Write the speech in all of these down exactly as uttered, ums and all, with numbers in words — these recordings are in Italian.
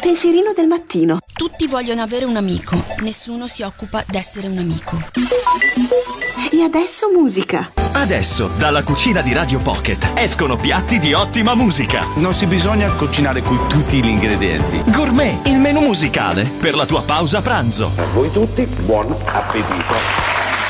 Pensierino del mattino. Tutti vogliono avere un amico, nessuno si occupa d'essere un amico. E adesso musica. Adesso, dalla cucina di Radio Pocket, escono piatti di ottima musica. Non si bisogna cucinare con tutti gli ingredienti. Gourmet, il menù musicale per la tua pausa pranzo. Per voi tutti, buon appetito.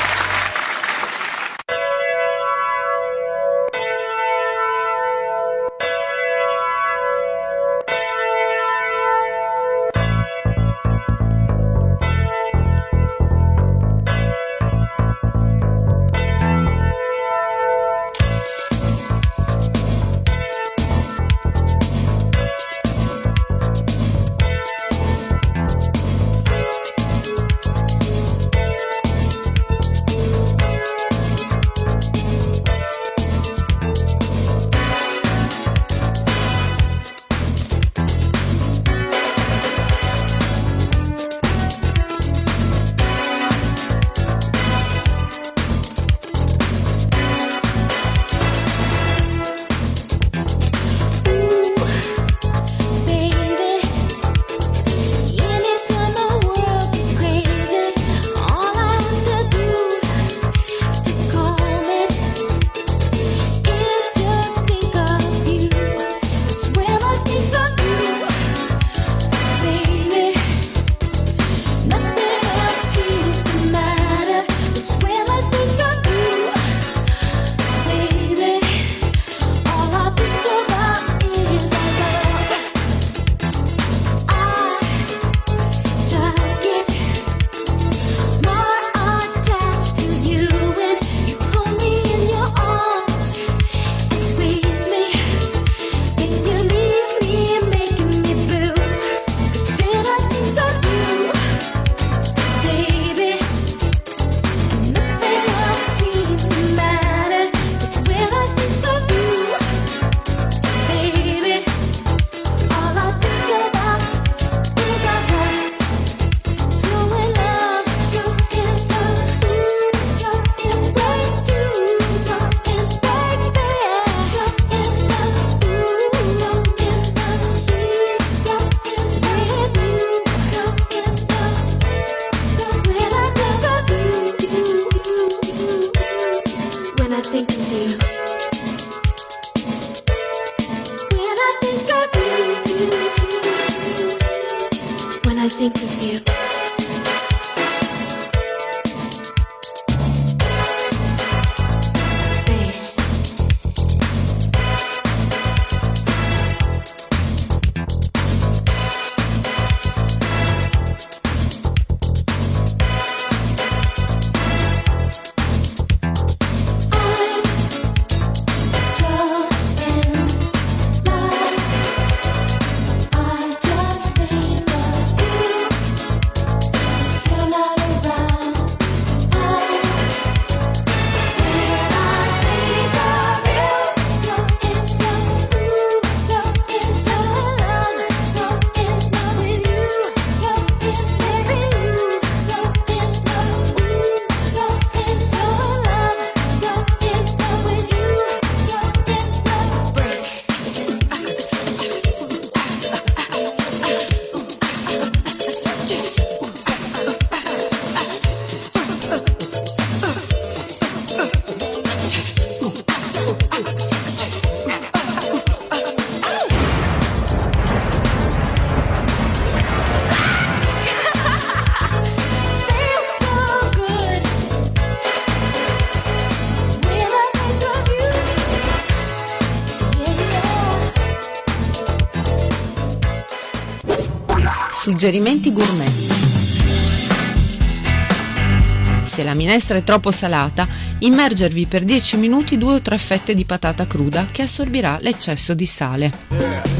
Suggerimenti gourmet. Se la minestra è troppo salata, immergervi per dieci minuti due o tre fette di patata cruda che assorbirà l'eccesso di sale.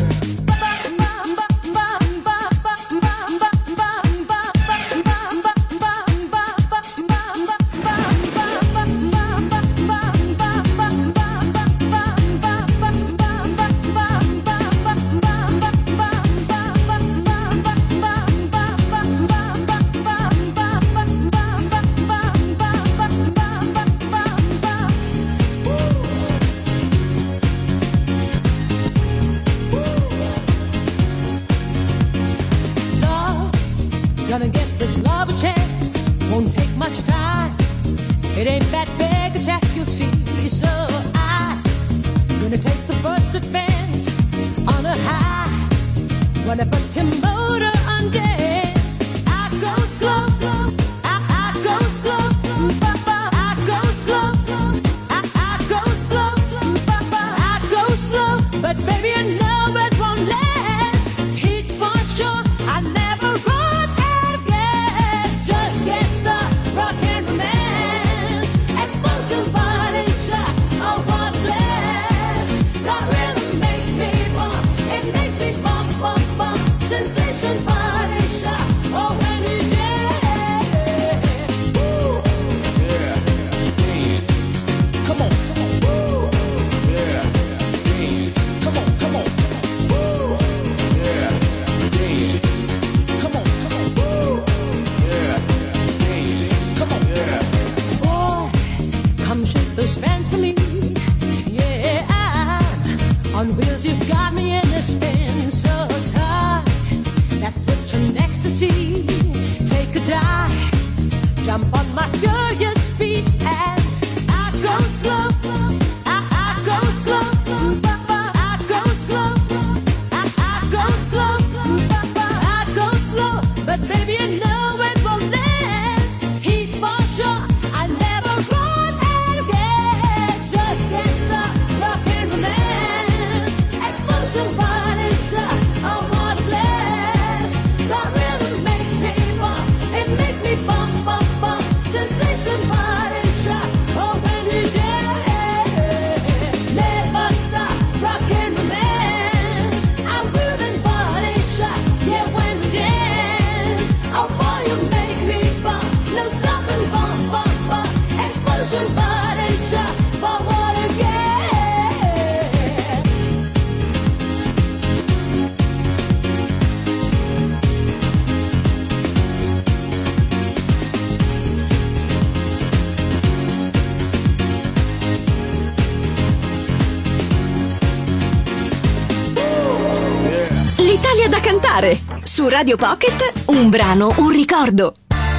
Su Radio Pocket, un brano, un ricordo.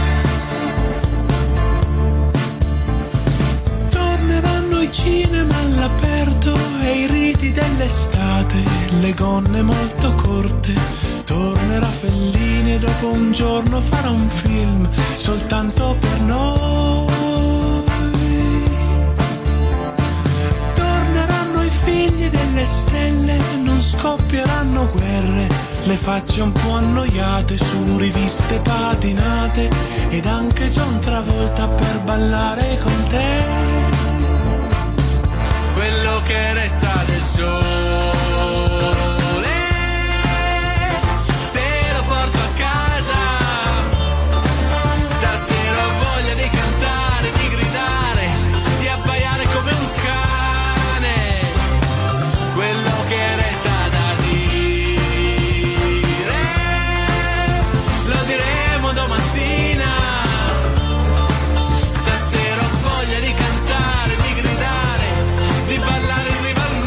Torneranno i cinema all'aperto e i riti dell'estate, le gonne molto corte. Tornerà Fellini e dopo un giorno farà un film soltanto per noi. Torneranno i figli delle stelle, non scoppieranno guerre, le facce un po' annoiate su riviste patinate ed anche John Travolta per ballare con te. Quello che resta del sole te lo porto a casa. Stasera ho voglia di cantare, di gridare, di abbaiare come un cane. Quello che resta da domattina, stasera ho voglia di cantare, di gridare, di ballare in riva al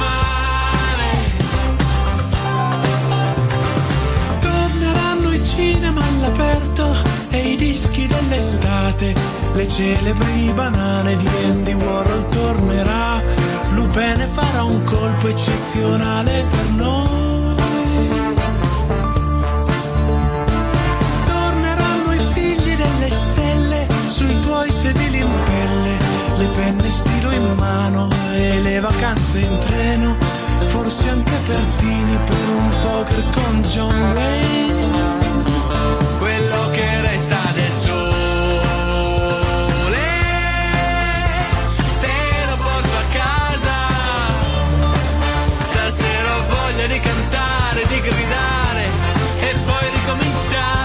mare. Torneranno i cinema all'aperto e i dischi dell'estate, le celebri banane di Andy Warhol tornerà, Lupin farà un colpo eccezionale per noi. Stelle sui tuoi sedili in pelle, le penne stilo in mano e le vacanze in treno, forse anche Pertini per un poker con John Wayne. Quello che resta del sole te lo porto a casa. Stasera ho voglia di cantare, di gridare e poi ricominciare.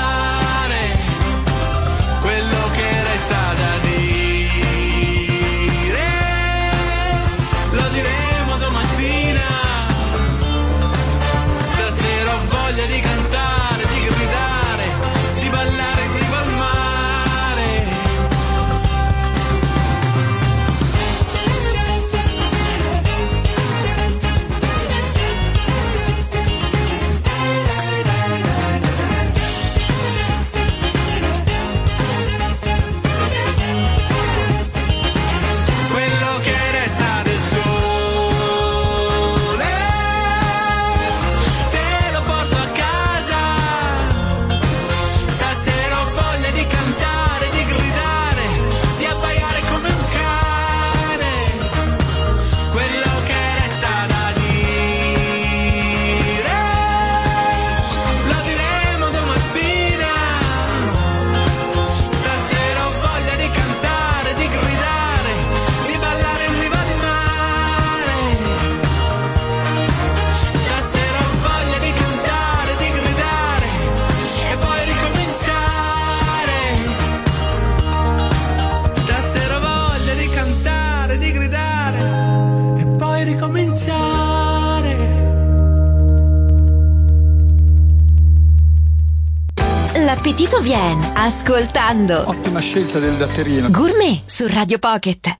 Quello che resta da dire lo diremo domattina. Stasera ho voglia di cantare, di appetito viene ascoltando. Ottima scelta del datterino. Gourmet su Radio Pocket.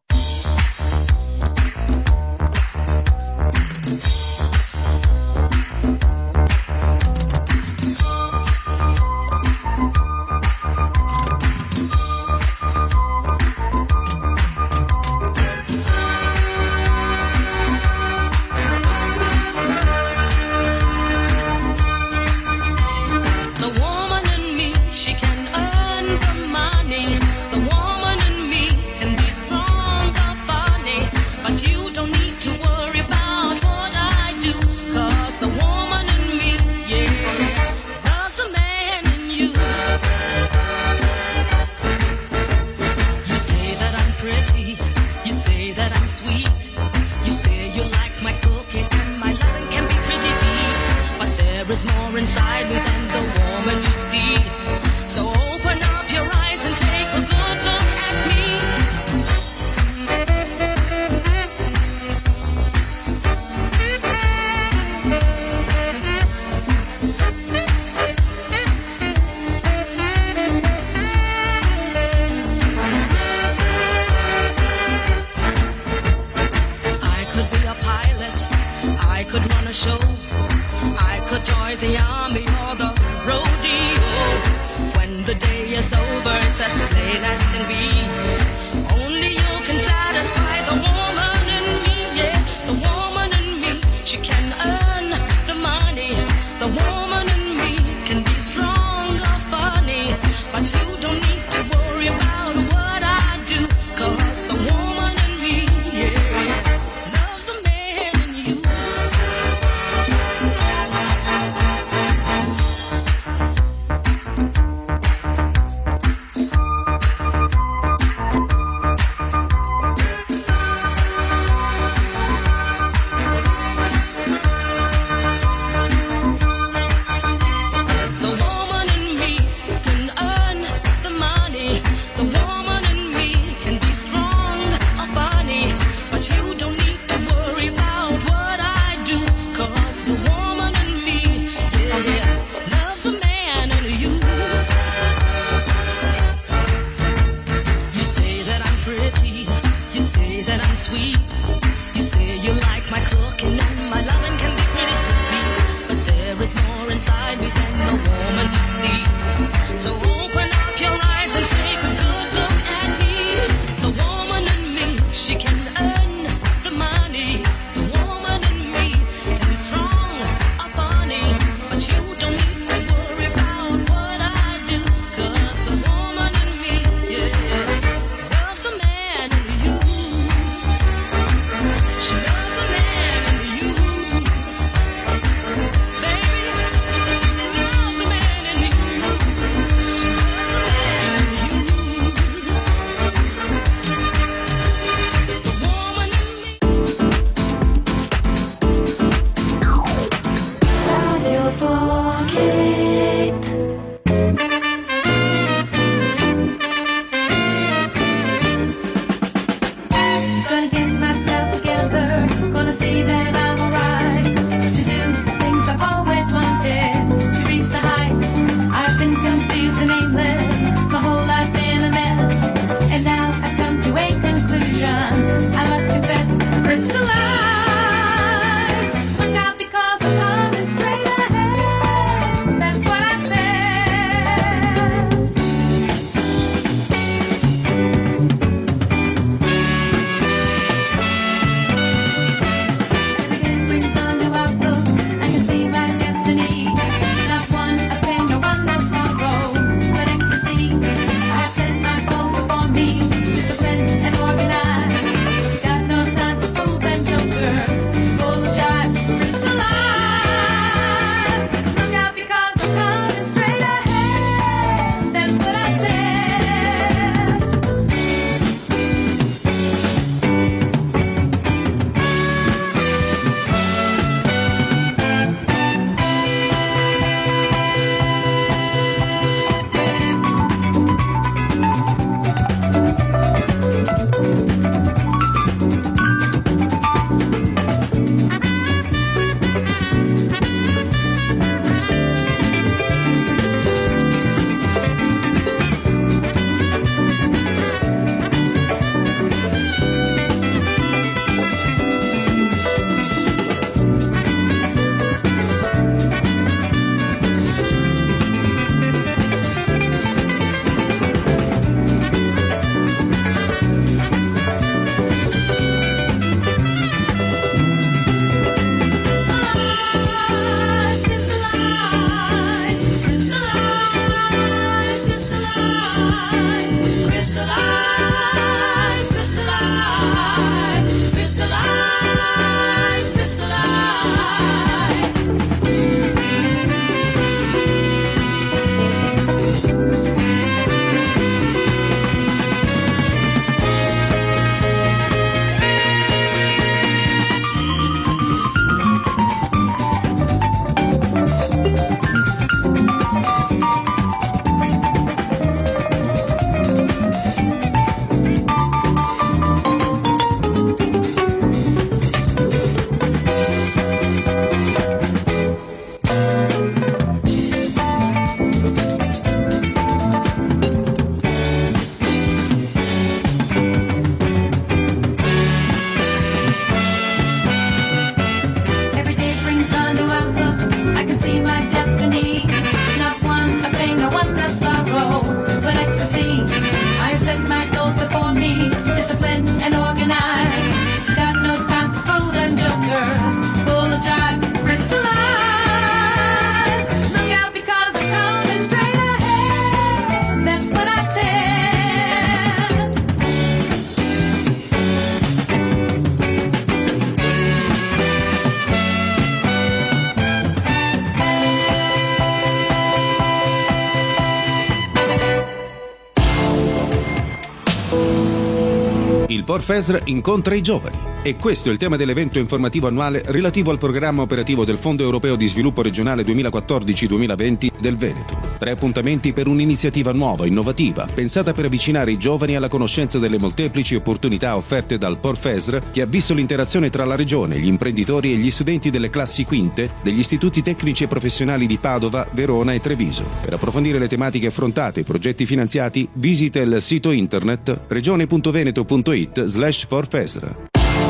Il Porfesr incontra i giovani. E questo è il tema dell'evento informativo annuale relativo al programma operativo del Fondo Europeo di Sviluppo Regionale duemilaquattordici duemilaventi del Veneto. Tre appuntamenti per un'iniziativa nuova, innovativa, pensata per avvicinare i giovani alla conoscenza delle molteplici opportunità offerte dal Porfesr, che ha visto l'interazione tra la regione, gli imprenditori e gli studenti delle classi quinte degli istituti tecnici e professionali di Padova, Verona e Treviso. Per approfondire le tematiche affrontate e i progetti finanziati, visita il sito internet regione punto veneto punto it slash porfesr.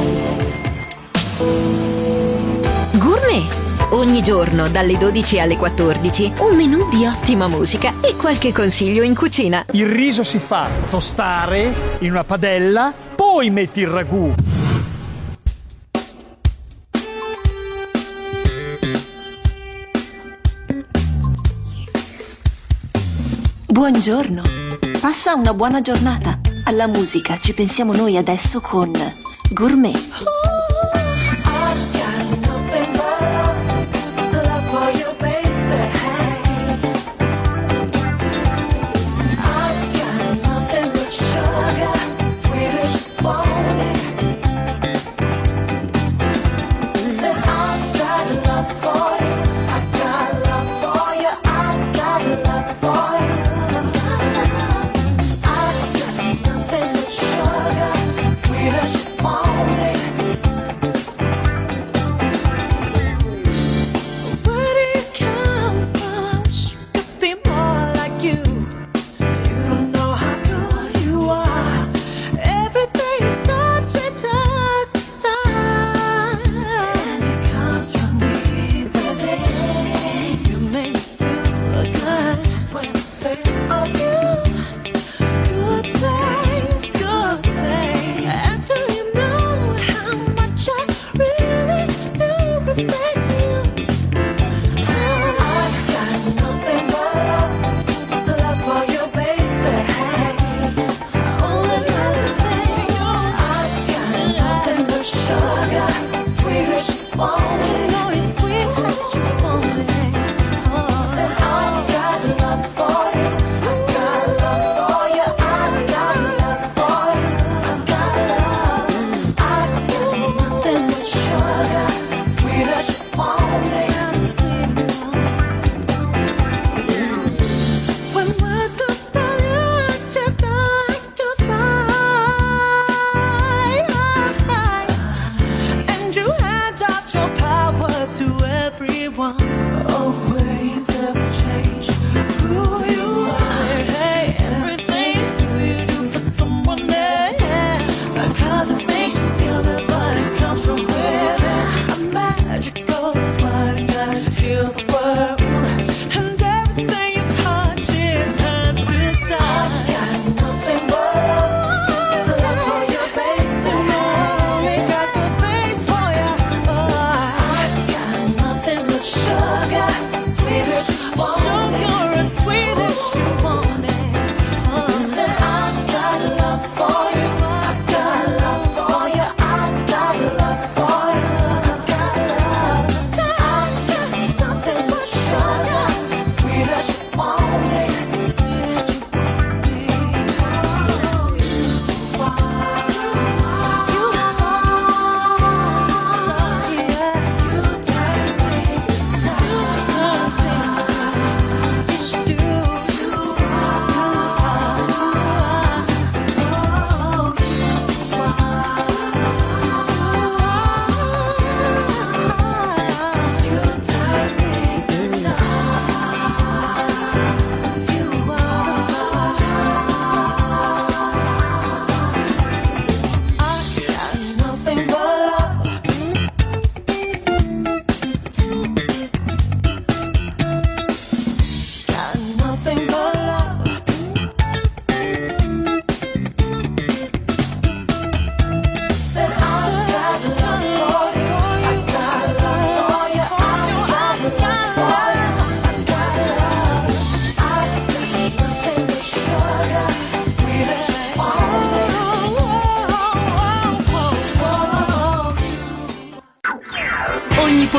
Gourmet. Ogni giorno dalle dodici alle quattordici un menù di ottima musica e qualche consiglio in cucina. Il riso si fa tostare in una padella, poi metti il ragù. Buongiorno. Passa una buona giornata. Alla musica ci pensiamo noi adesso con Gourmet.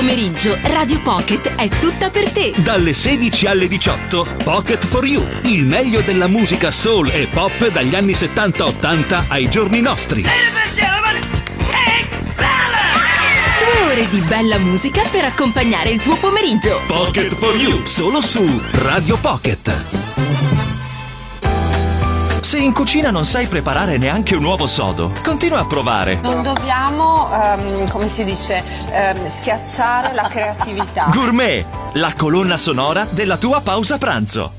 pomeriggio Radio Pocket è tutta per te. Dalle sedici alle diciotto, Pocket for You, il meglio della musica soul e pop dagli anni settanta ottanta ai giorni nostri. Due ore di bella musica per accompagnare il tuo pomeriggio. Pocket for You, solo su Radio Pocket. Se in cucina non sai preparare neanche un uovo sodo, continua a provare. Non dobbiamo, um, come si dice, um, schiacciare la creatività. Gourmet, la colonna sonora della tua pausa pranzo.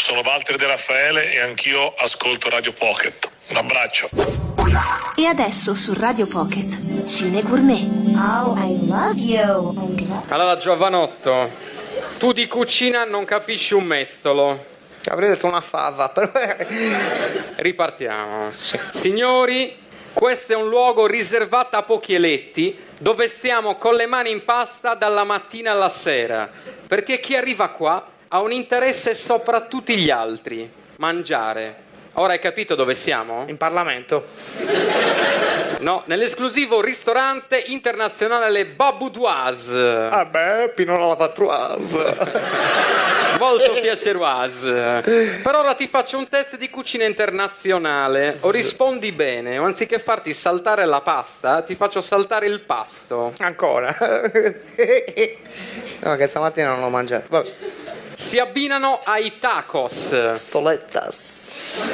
sono Walter De Raffaele e anch'io ascolto Radio Pocket. Un abbraccio. E adesso su Radio Pocket, Cine Gourmet. Oh, I love you. Allora, Giovanotto, tu di cucina non capisci un mestolo. Avrei detto una fava, però... Ripartiamo. Sì. Signori, questo è un luogo riservato a pochi eletti, dove stiamo con le mani in pasta dalla mattina alla sera, perché chi arriva qua ha un interesse sopra tutti gli altri: mangiare. Ora hai capito dove siamo? In Parlamento. No, nell'esclusivo ristorante internazionale Baboudoise. Ah beh, Pinola la Patrouase. Molto piaceroise. Per ora ti faccio un test di cucina internazionale. O rispondi bene, o anziché farti saltare la pasta, ti faccio saltare il pasto. Ancora? No, che stamattina non l'ho mangiato. Vabbè. Si abbinano ai tacos. Solettas.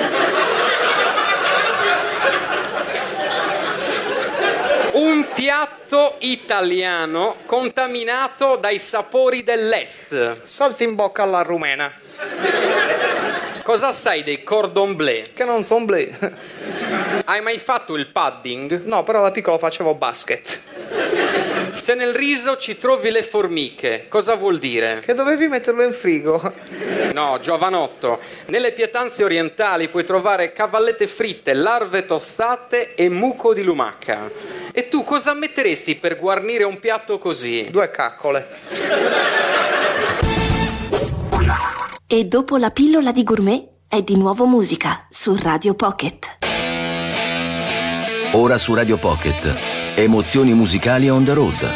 Un piatto italiano contaminato dai sapori dell'est. Salti in bocca alla rumena. Cosa sai dei cordon bleu? Che non son bleu. Hai mai fatto il padding? No, però da piccolo facevo basket. Se nel riso ci trovi le formiche, cosa vuol dire? Che dovevi metterlo in frigo. No, giovanotto, nelle pietanze orientali puoi trovare cavallette fritte, larve tostate e muco di lumaca. E tu cosa metteresti per guarnire un piatto così? Due caccole. E dopo la pillola di gourmet è di nuovo musica su Radio Pocket. Ora su Radio Pocket, emozioni musicali on the road.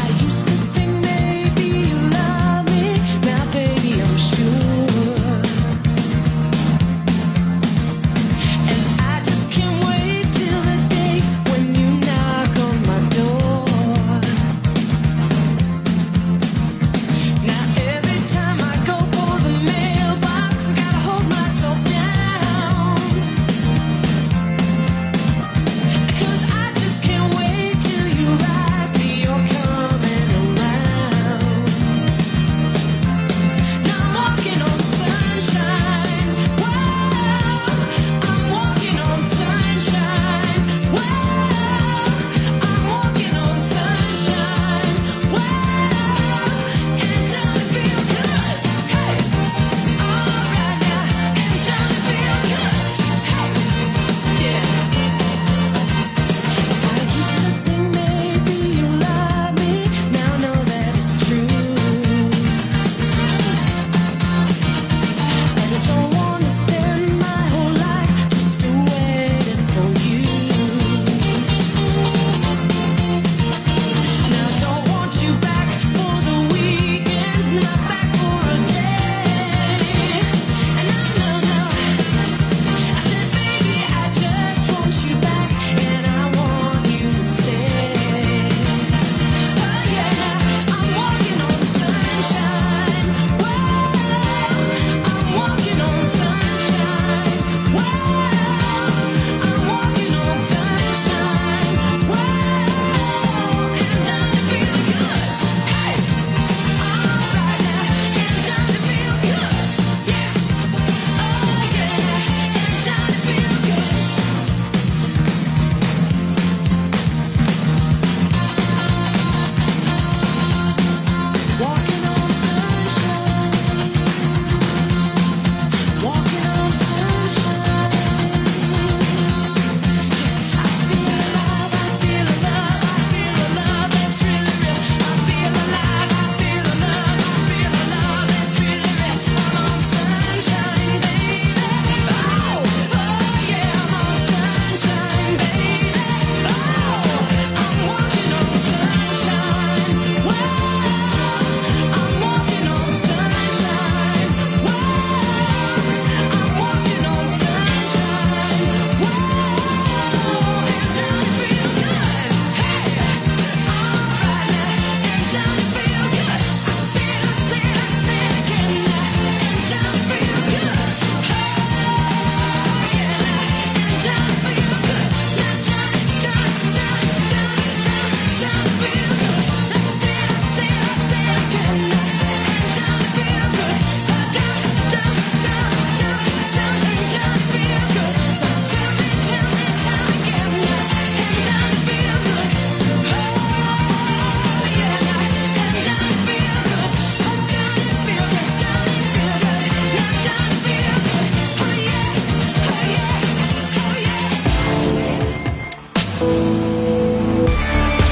Baby, I'm sure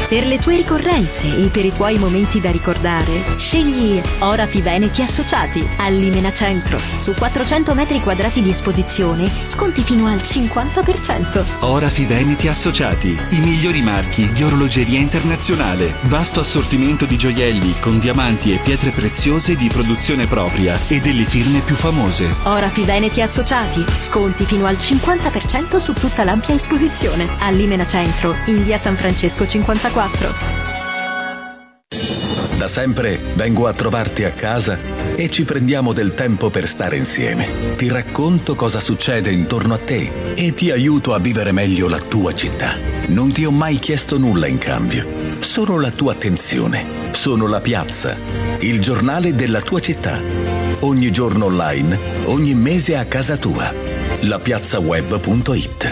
Per le tue ricorrenze e per i tuoi momenti da ricordare, scegli Orafi Veneti Associati a Limena Centro. Su quattrocento metri quadrati di esposizione, sconti fino al cinquanta per cento. Orafi Veneti Associati, i migliori marchi di orologeria internazionale. Vasto assortimento di gioielli con diamanti e pietre preziose di produzione propria e delle firme più famose. Orafi Veneti Associati, sconti fino al cinquanta per cento su tutta l'ampia esposizione a Limena Centro, in via San Francesco cinquantaquattro. Da sempre vengo a trovarti a casa e ci prendiamo del tempo per stare insieme. Ti racconto cosa succede intorno a te e ti aiuto a vivere meglio la tua città. Non ti ho mai chiesto nulla in cambio, solo la tua attenzione. Sono La Piazza, il giornale della tua città. Ogni giorno online, ogni mese a casa tua. lapiazzaweb punto it.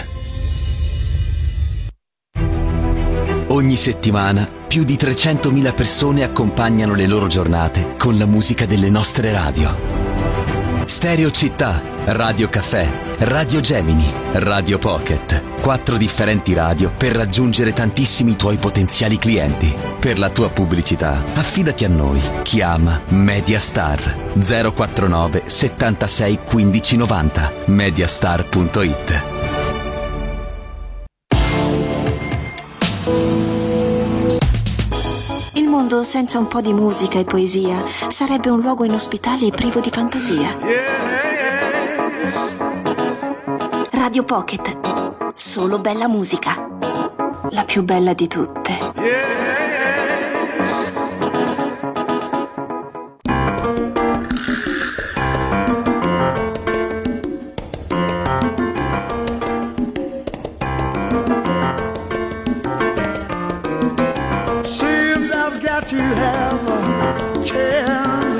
Ogni settimana più di trecentomila persone accompagnano le loro giornate con la musica delle nostre radio. Stereo Città, Radio Caffè, Radio Gemini, Radio Pocket. Quattro differenti radio per raggiungere tantissimi tuoi potenziali clienti. Per la tua pubblicità, affidati a noi. Chiama Mediastar zero quarantanove settantasei quindici novanta. mediastar punto it. Il mondo senza un po' di musica e poesia sarebbe un luogo inospitale e privo di fantasia. Radio Pocket. Solo bella musica. La più bella di tutte. Seems I've got to have a chance to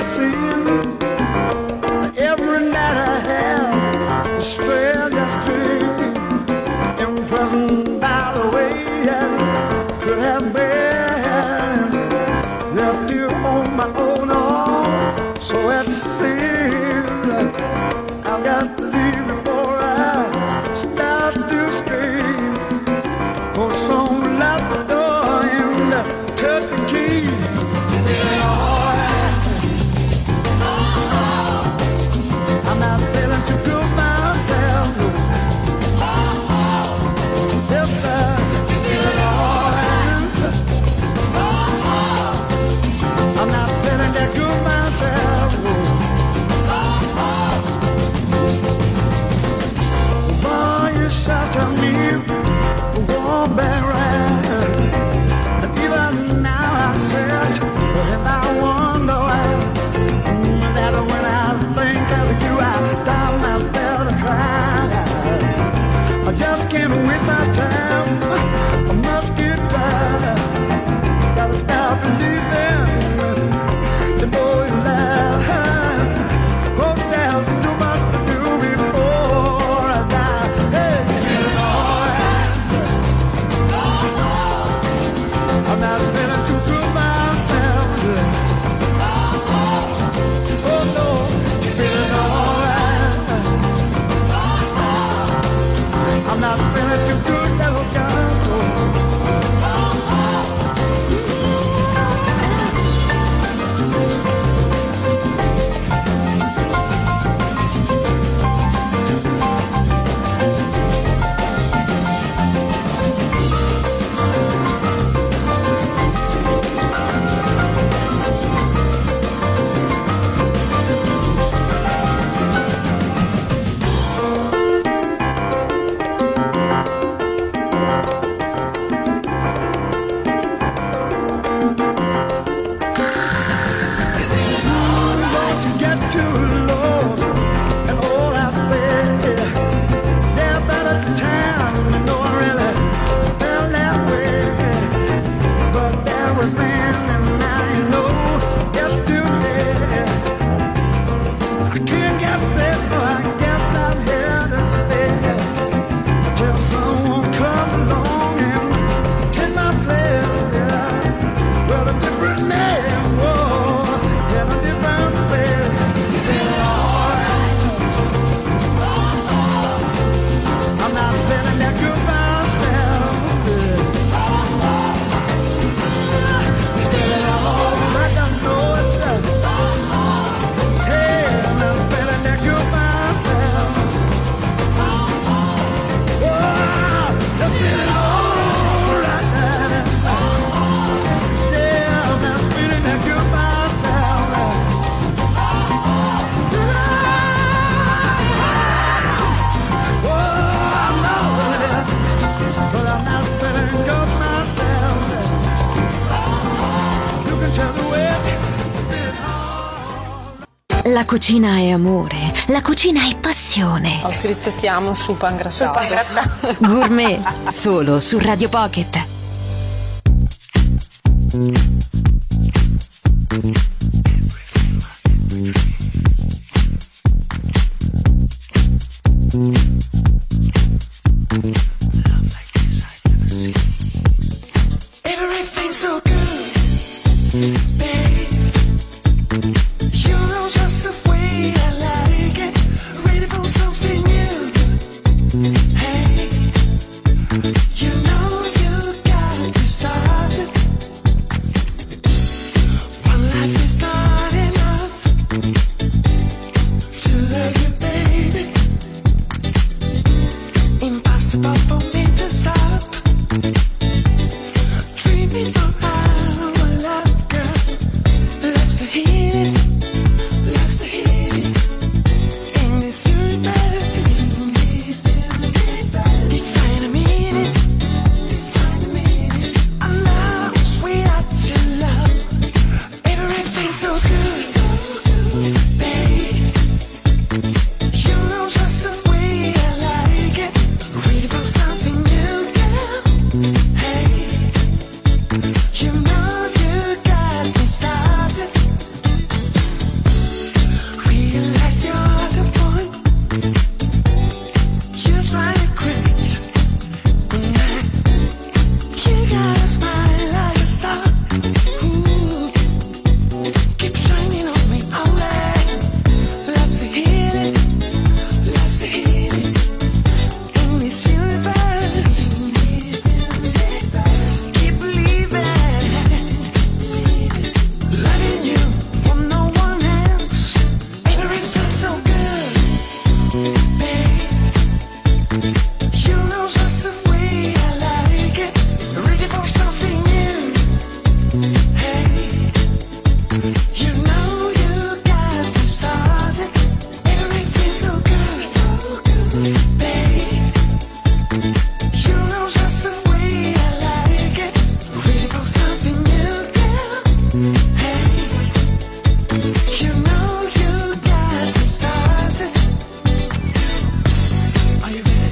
see every night I have a spell just dream. Imprisoned by the way I could have been left here on my own arm. So it seems I've got to leave before I start to scream. Go some lock the door and touch the key. Feeling alright. I'm not feeling too good myself. Yes, sir. Feeling alright. I'm not feeling that good myself. Boy, you such a me, warm back right. And even now I search, and I wonder why. That when I think of you, I stop myself to cry. I just can't waste my time. I must get by. Gotta stop believing the boy lies. Cause there's too much to do before I die. Hey, feeling alright. I'm not feeling too good myself. Oh no, feeling alright. I'm not feeling too good, little girl. La cucina è amore, la cucina è passione. Ho scritto ti amo sul pangrattato. Gourmet, solo su Radio Pocket. Everything's so good, babe. You know just the way I like it. Ready for something new. Hey, you know you got me started. One life is not enough to love you, baby. Impossible for me to stop dreaming for our love, girl. Love's the healing, love's the healing. In this universe, in this universe, define a meaning, define a meaning. I love, sweetheart, your love. Everything's so good, so good, babe. You know just the way I like it. Ready for something new, girl. Hey, you know you got me started. Realize you're the one. You're trying to create. You got a smile like a star. Ooh, keep shining on me, alright. Love's the healing, love's the healing. In this universe, in this universe, keep believing, loving you for no one else. Everything's so good, babe. You know just the way I like it. Ready for something new. Hey, you know you got me started. Everything's so good, so good, babe. You know just the way I like it. Ready for something new, girl. Hey, you know you got me started. Are you ready?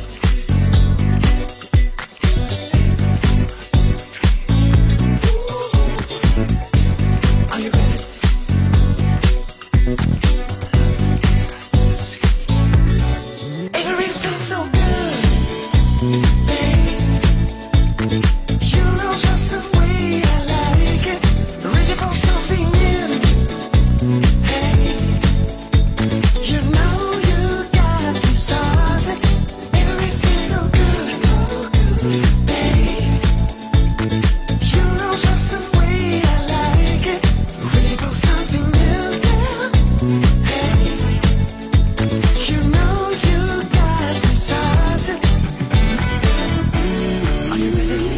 Are you ready? Everything's so good, babe. You know just the way I like it. Ready for something new. Hey, you know you got me started. Everything's so good, so good, babe. You know just the way I like it. Ready for something new, girl. Hey, you know you got me started. Are you ready?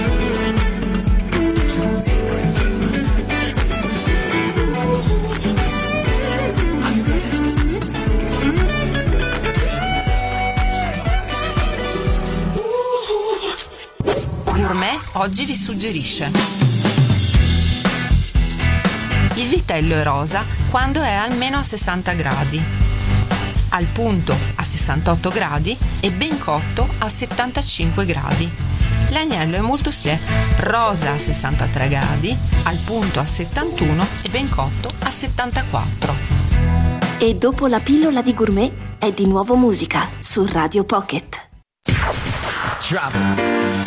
Are you ready? Gourmet oggi vi suggerisce: il vitello è rosa quando è almeno a sessanta gradi, al punto a sessantotto gradi e ben cotto a settantacinque gradi. L'agnello è molto se rosa a sessantatré gradi, al punto a settantuno e ben cotto a settantaquattro. E dopo la pillola di Gourmet è di nuovo musica su Radio Pocket. Drop it.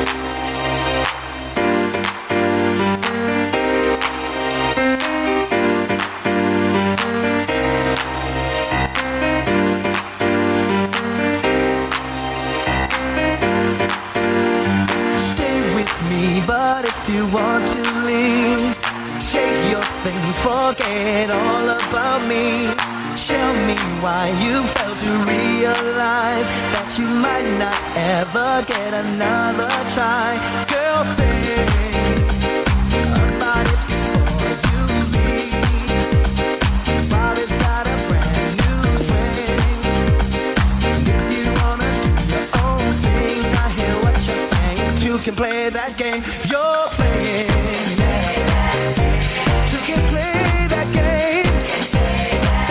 Stay with me, but if you want to leave, shake your things, forget all about me. Tell me why you failed to realize that you might not ever get another try. Girl, think about it before you leave. Body's got a brand new swing. If you wanna do your own thing, I hear what you're saying. Two can play that game you're playing. Two can play that game.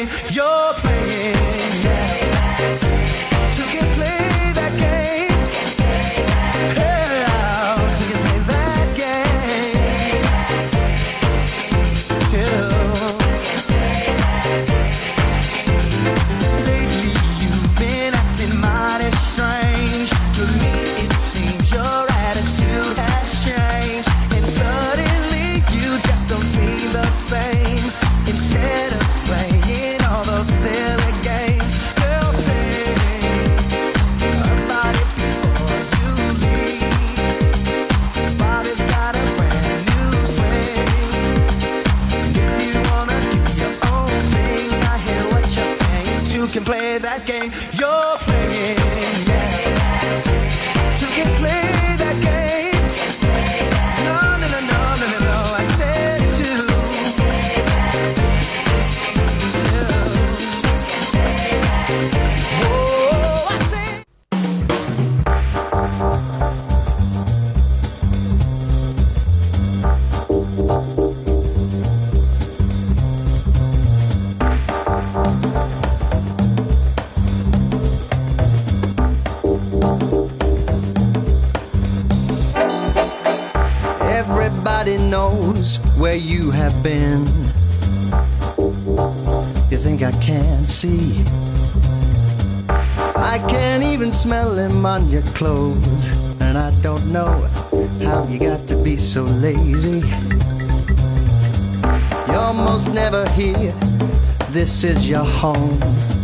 game you're playing. Two can play that game. Yeah, two can play that game too. Lately you've been acting mighty strange. To me it seems your attitude has changed, and suddenly you just don't seem the same. Instead of playing all those silly games, girl, think about it before you leave. Body's got a brand new swing. If you wanna do your own thing, I hear what you're saying. Two can play that game you're playing. Yeah. Two can play that game. No, no, no, no, no, no, no. I said two. Oh, I said. Everybody knows where you have been. You think I can't see? I can't even smell them on your clothes, and I don't know how you got to be so lazy. You're almost never here. This is your home.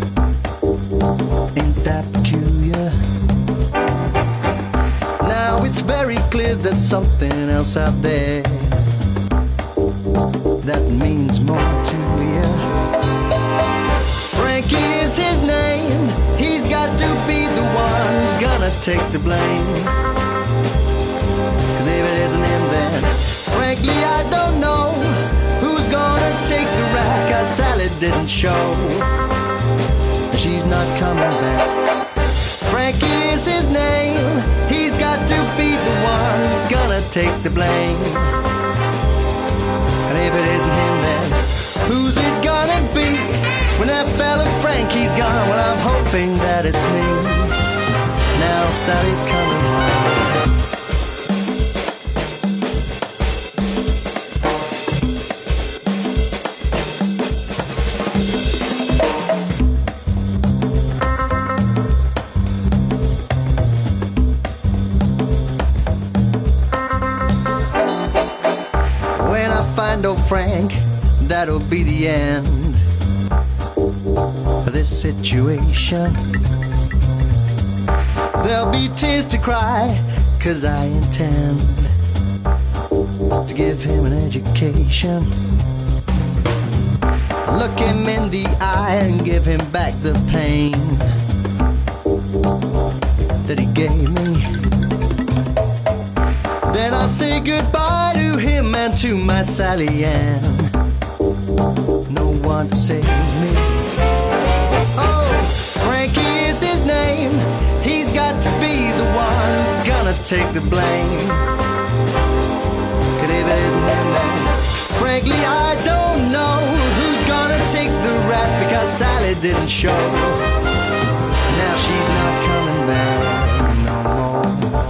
Ain't that peculiar? Now it's very clear there's something else out there that means more to you. Frankie is his name. He's got to be the one who's gonna take the blame. Cause if it isn't him then, frankly I don't know who's gonna take the rap. Cause Sally didn't show. She's not coming back. Frankie is his name. He's got to be the one who's gonna take the blame. And if it isn't him then, who's it gonna be? When that fella Frankie's gone, well I'm hoping that it's me. Now Sally's coming home. Old Frank, that'll be the end of this situation. There'll be tears to cry, cause I intend to give him an education. Look him in the eye and give him back the pain that he gave me. Then I'll say goodbye to him and to my Sally Ann. No one to save me. Oh, Frankie is his name. He's got to be the one who's gonna take the blame. Cause if it isn't him then, frankly I don't know who's gonna take the rap. Because Sally didn't show. Now she's not coming back no more.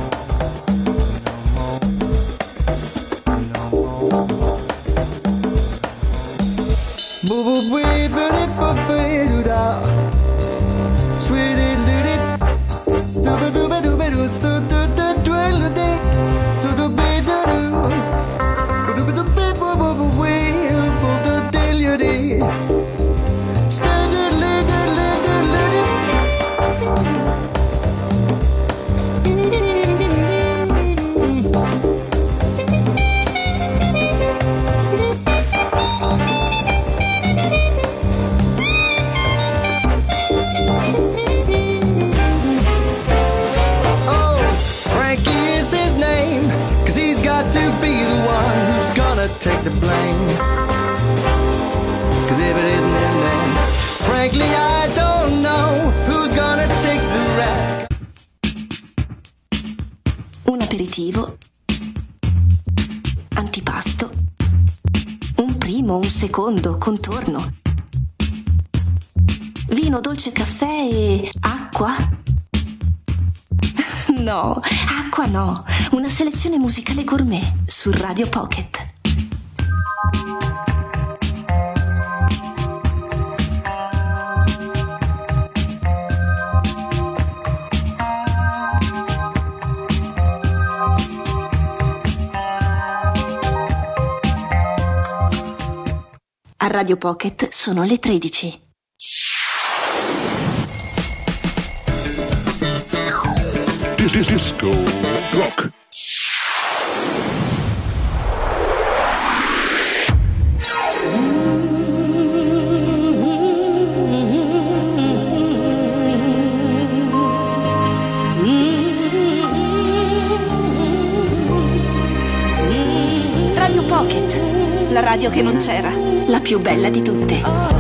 Take the blame. Cause if it isn't him then, frankly I don't know who's gonna take the rap. Un aperitivo, antipasto, un primo, un secondo, contorno. Vino, dolce, caffè e acqua? No, acqua no. Una selezione musicale gourmet su Radio Pocket. A Radio Pocket sono le tredici. Disco Rock. Radio Pocket, la radio che non c'era, la più bella di tutte.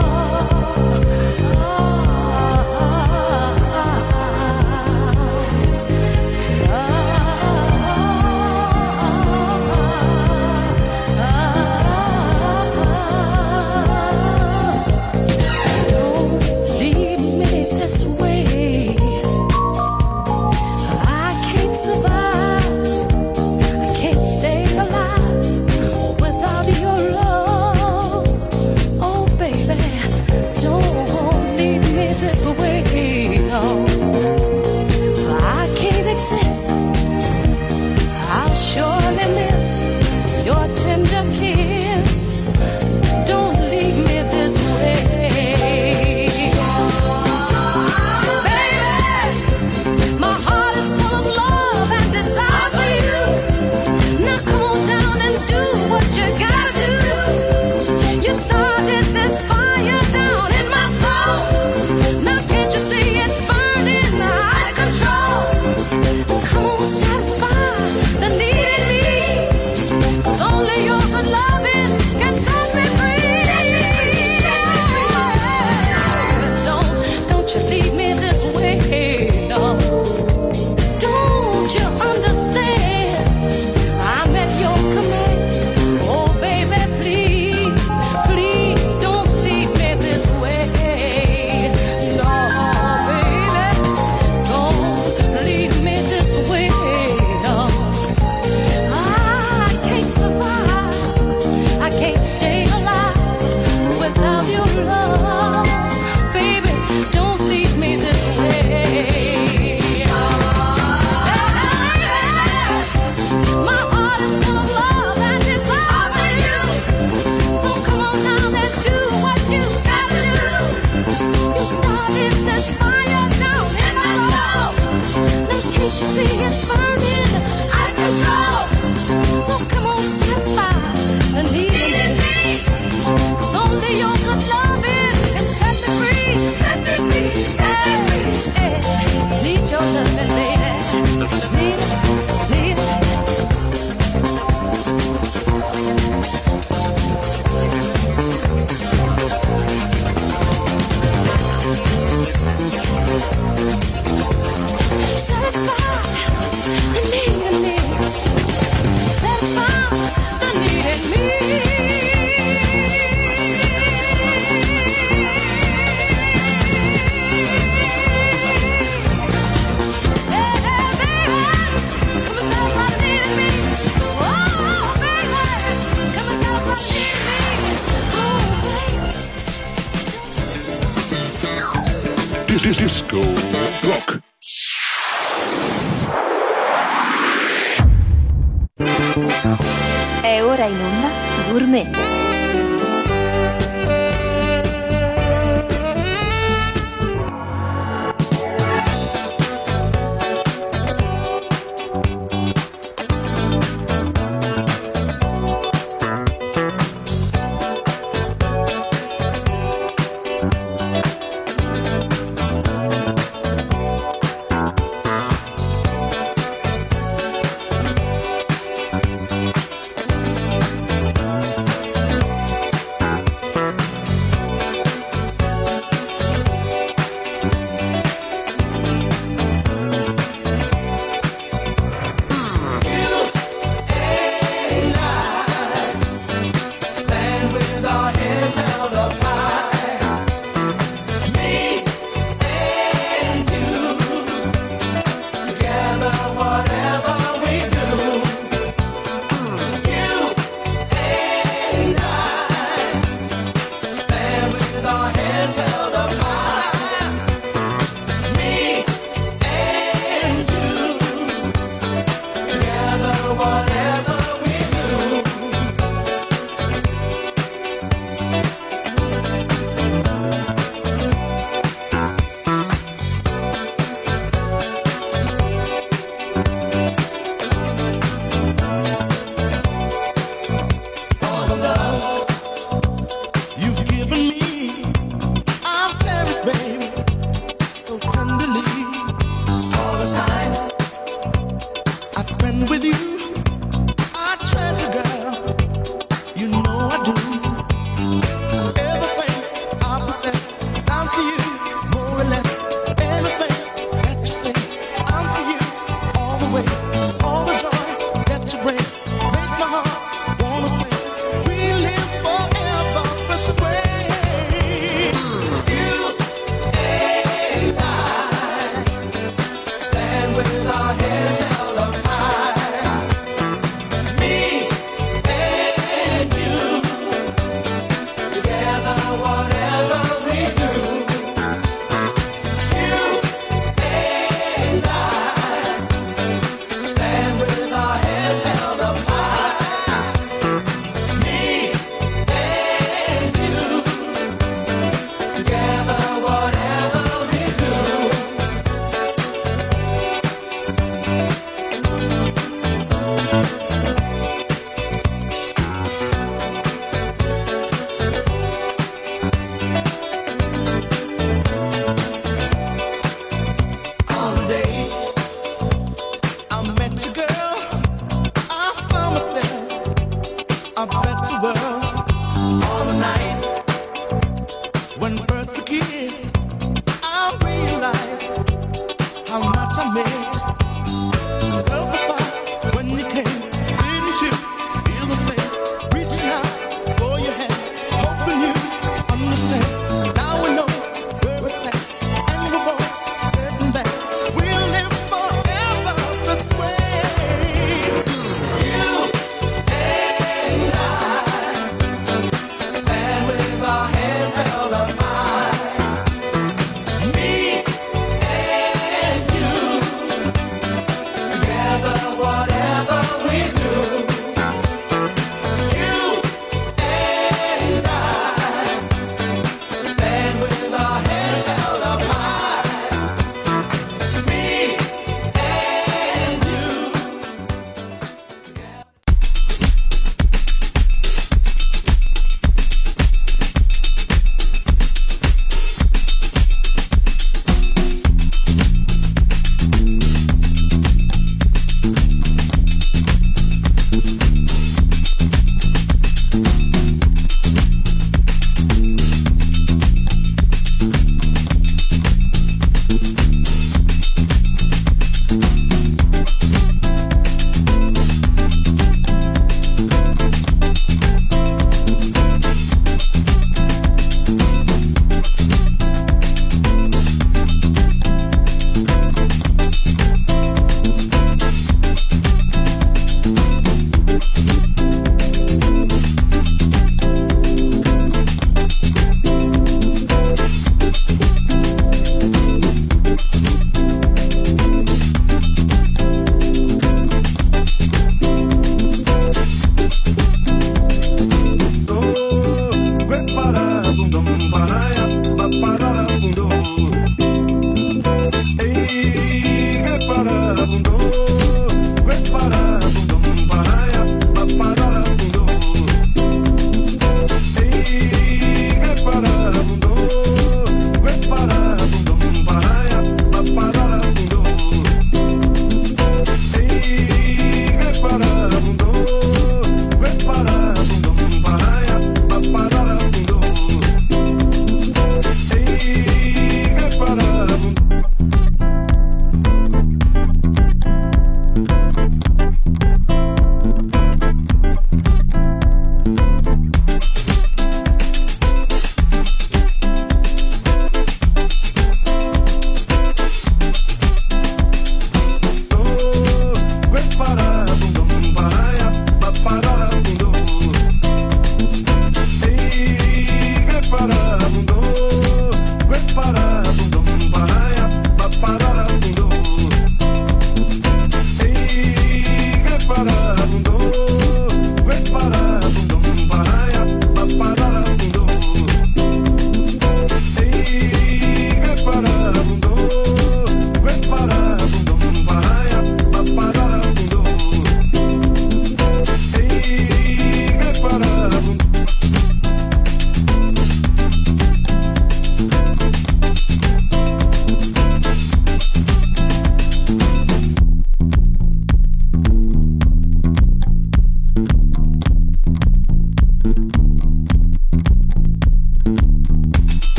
Disco Rock. È ora in onda Gourmet.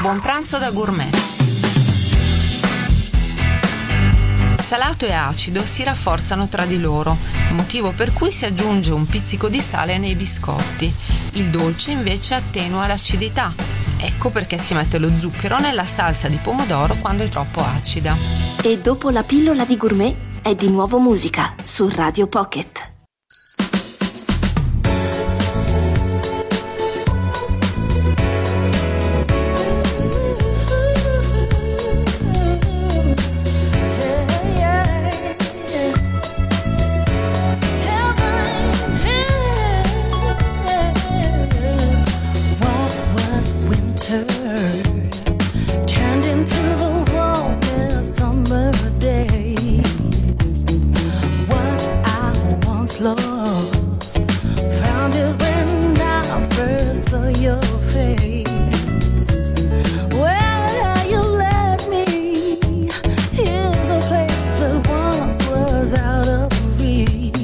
Buon pranzo da gourmet. Salato e acido si rafforzano tra di loro, motivo per cui si aggiunge un pizzico di sale nei biscotti. Il dolce invece attenua l'acidità. Ecco perché si mette lo zucchero nella salsa di pomodoro quando è troppo acida. E dopo la pillola di gourmet è di nuovo musica su Radio Pocket. Lost, found it when I first saw your face. Where you led me, here's a place that once was out of reach.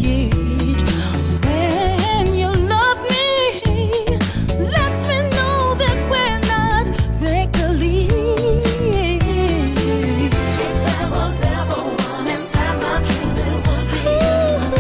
When you love me, lets me know that we're not make-believe. If there was ever one inside my dreams, it would be you.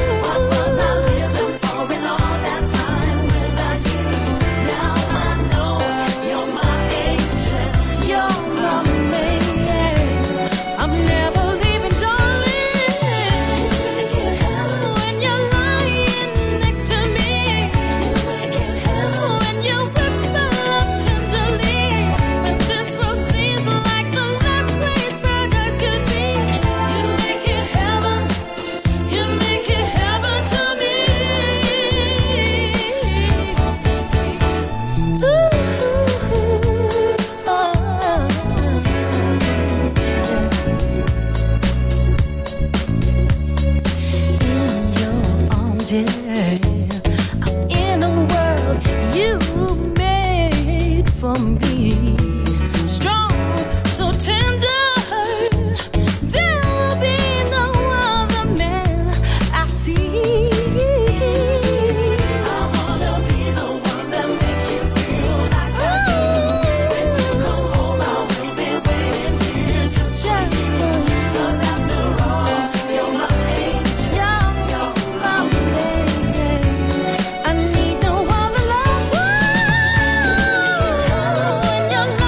Yeah, I'm in a world you made for me. Strong, so tender, there will be no other man I see. I wanna be the one that makes you feel like I do. When you come home, I will be waiting here just for you. 'Cause after all, you're my angel, you're my I need no other love. When you're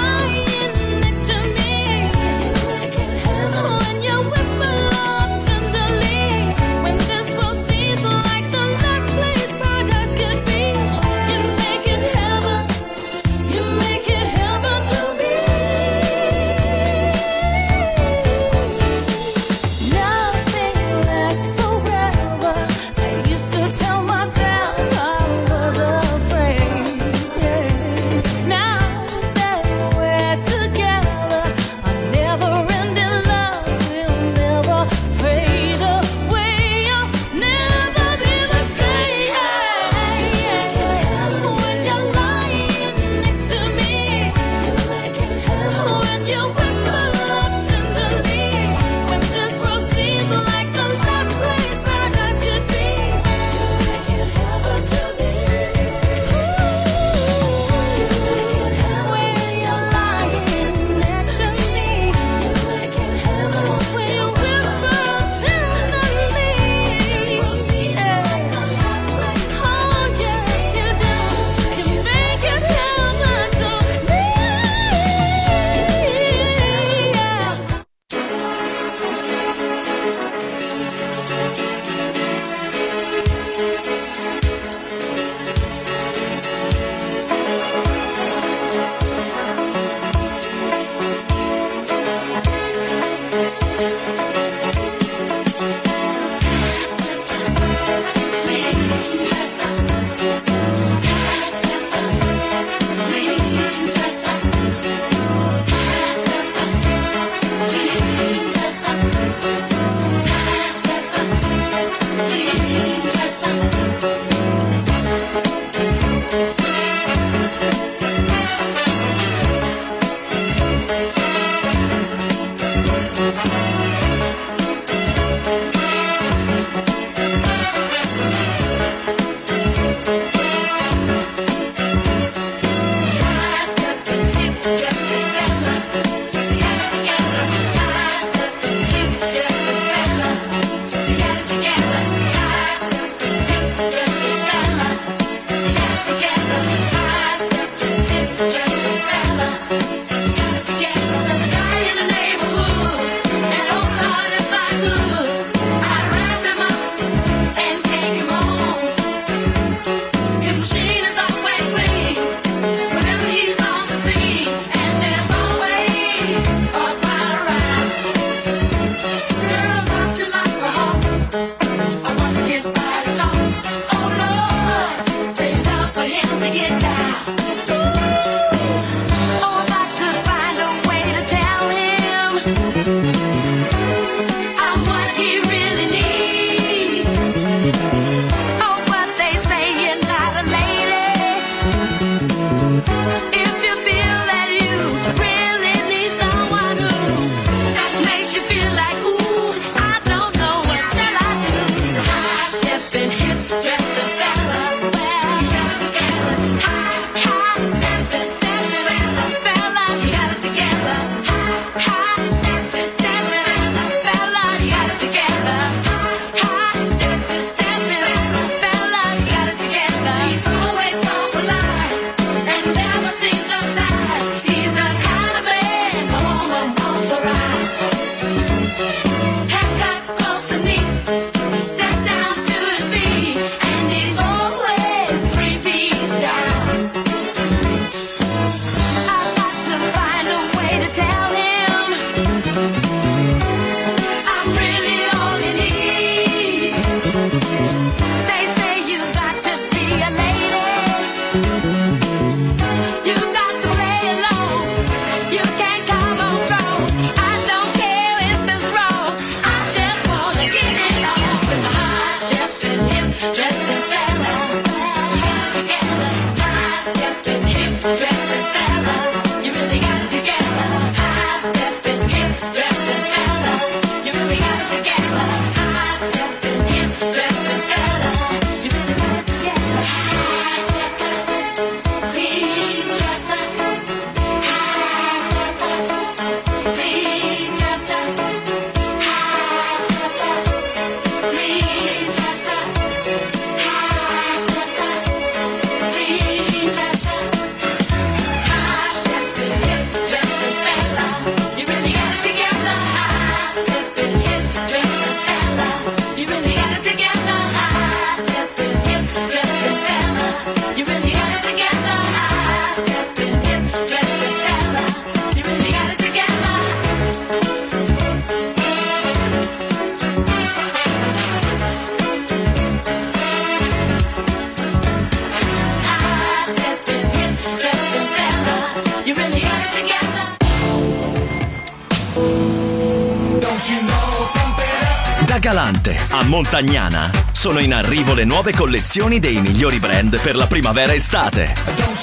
Da Galante a Montagnana sono in arrivo le nuove collezioni dei migliori brand per la primavera-estate.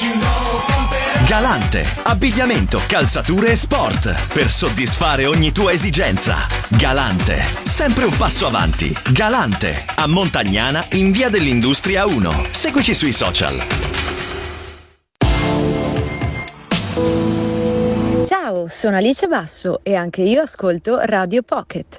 Galante, abbigliamento, calzature e sport per soddisfare ogni tua esigenza. Galante, sempre un passo avanti. Galante, a Montagnana in via dell'Industria uno. Seguici sui social. Ciao, sono Alice Basso e anche io ascolto Radio Pocket.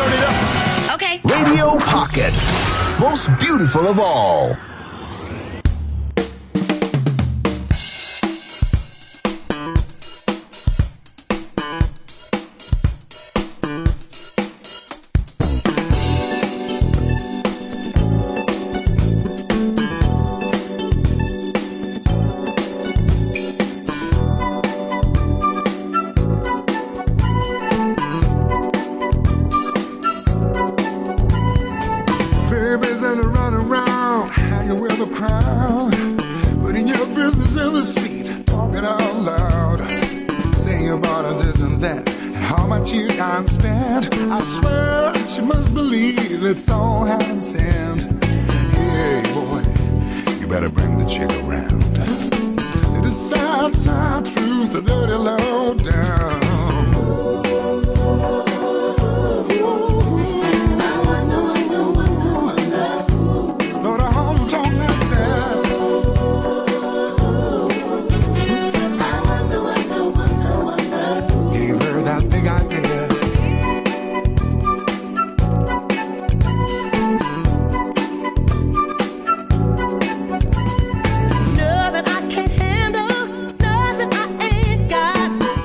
Okay. Radio Pocket. Most beautiful of all. Nothing I can't handle, nothing I ain't got.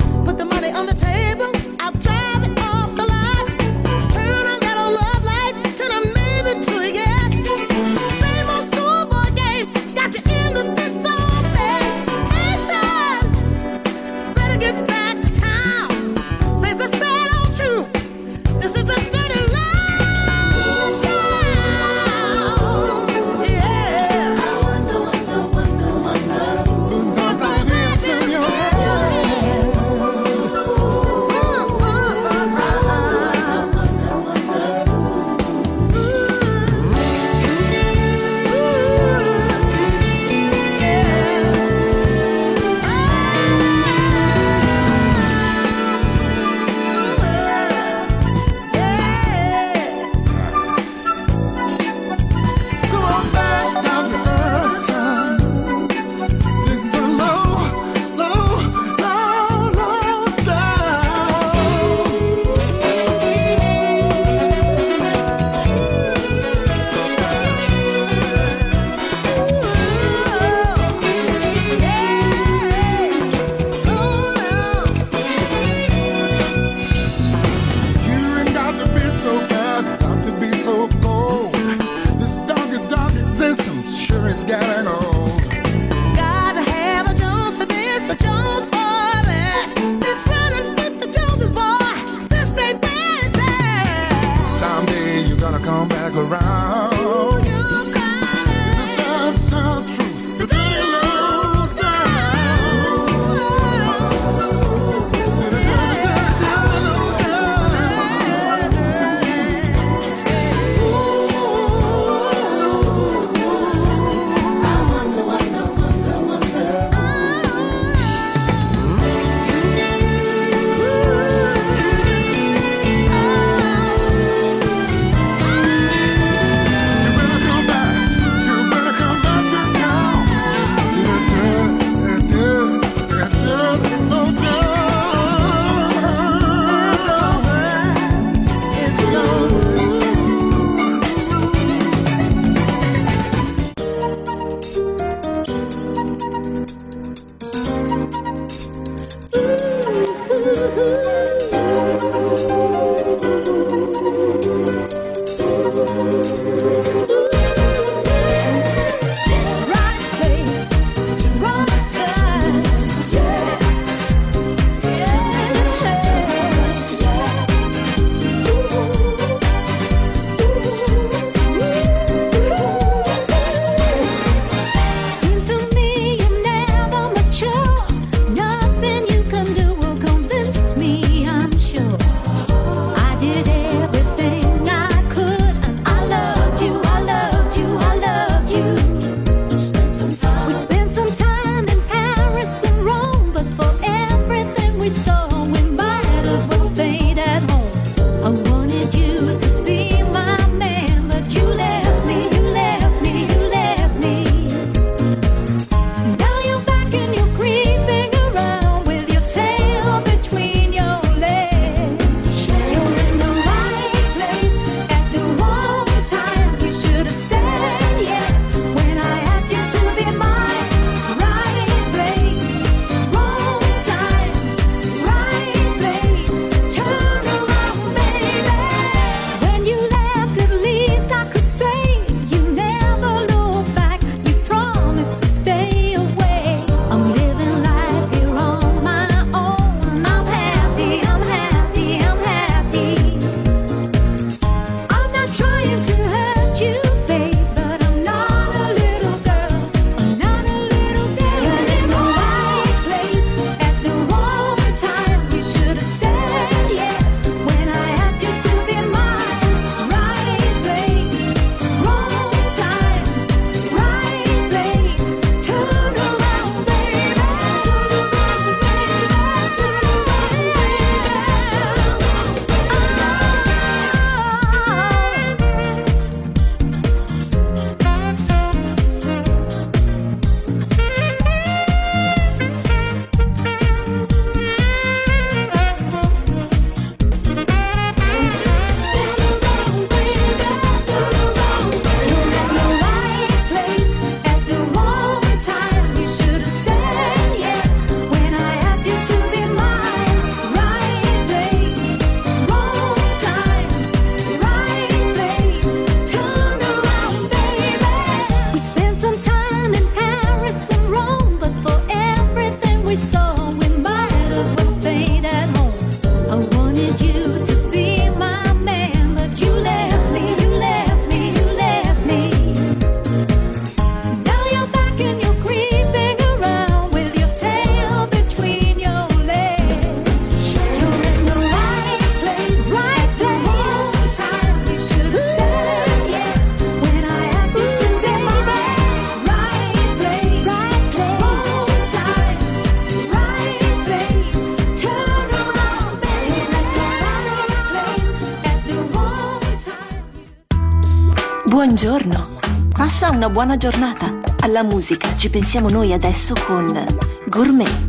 Buongiorno. Passa una buona giornata. Alla musica ci pensiamo noi adesso con Gourmet.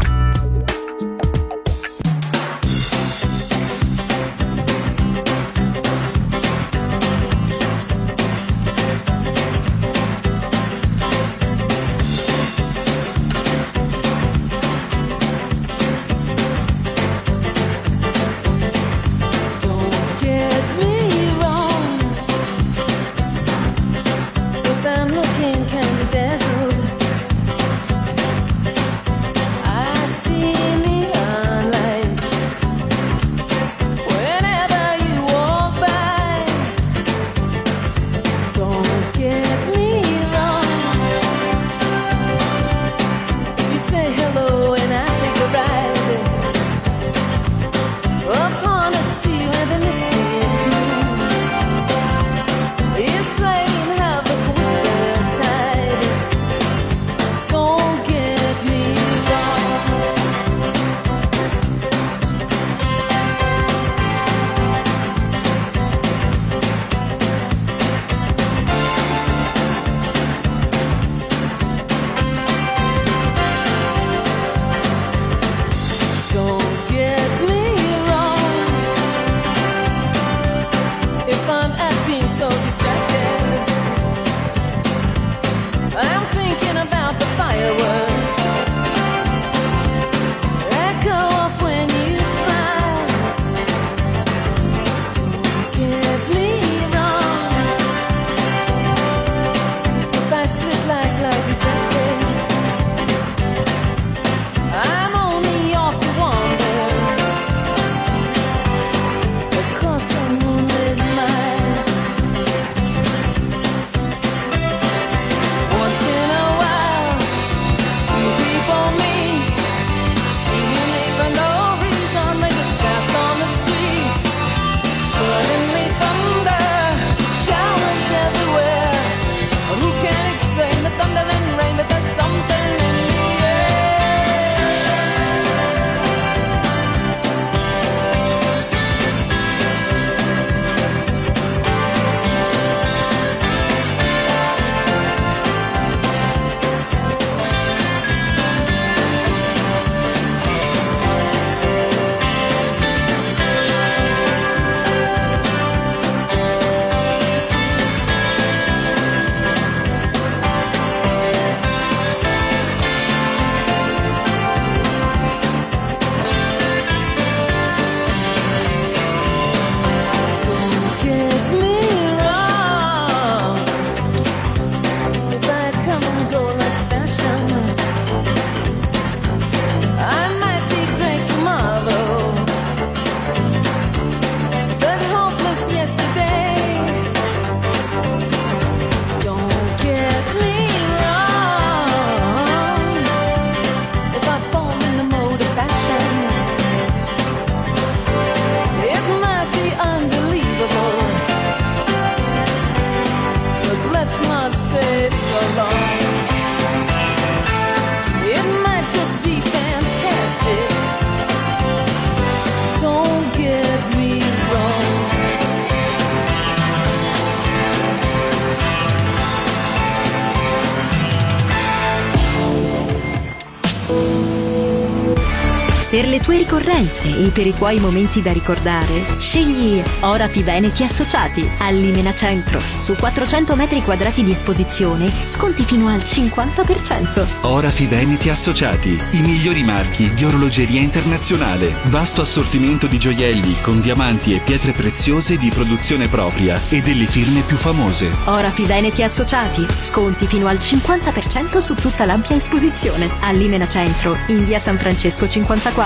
Per le tue ricorrenze e per i tuoi momenti da ricordare, scegli Orafi Veneti Associati al Limena Centro. Su quattrocento metri quadrati di esposizione, sconti fino al cinquanta per cento. Orafi Veneti Associati, i migliori marchi di orologeria internazionale. Vasto assortimento di gioielli con diamanti e pietre preziose di produzione propria e delle firme più famose. Orafi Veneti Associati, sconti fino al cinquanta per cento su tutta l'ampia esposizione. Al Limena Centro, in via San Francesco cinquantaquattro.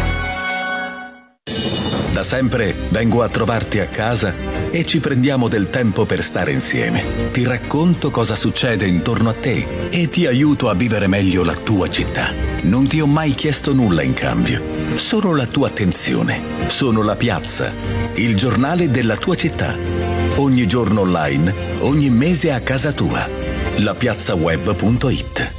Da sempre vengo a trovarti a casa e ci prendiamo del tempo per stare insieme. Ti racconto cosa succede intorno a te e ti aiuto a vivere meglio la tua città. Non ti ho mai chiesto nulla in cambio, solo la tua attenzione. Sono La Piazza, il giornale della tua città. Ogni giorno online, ogni mese a casa tua. la piazza web punto it.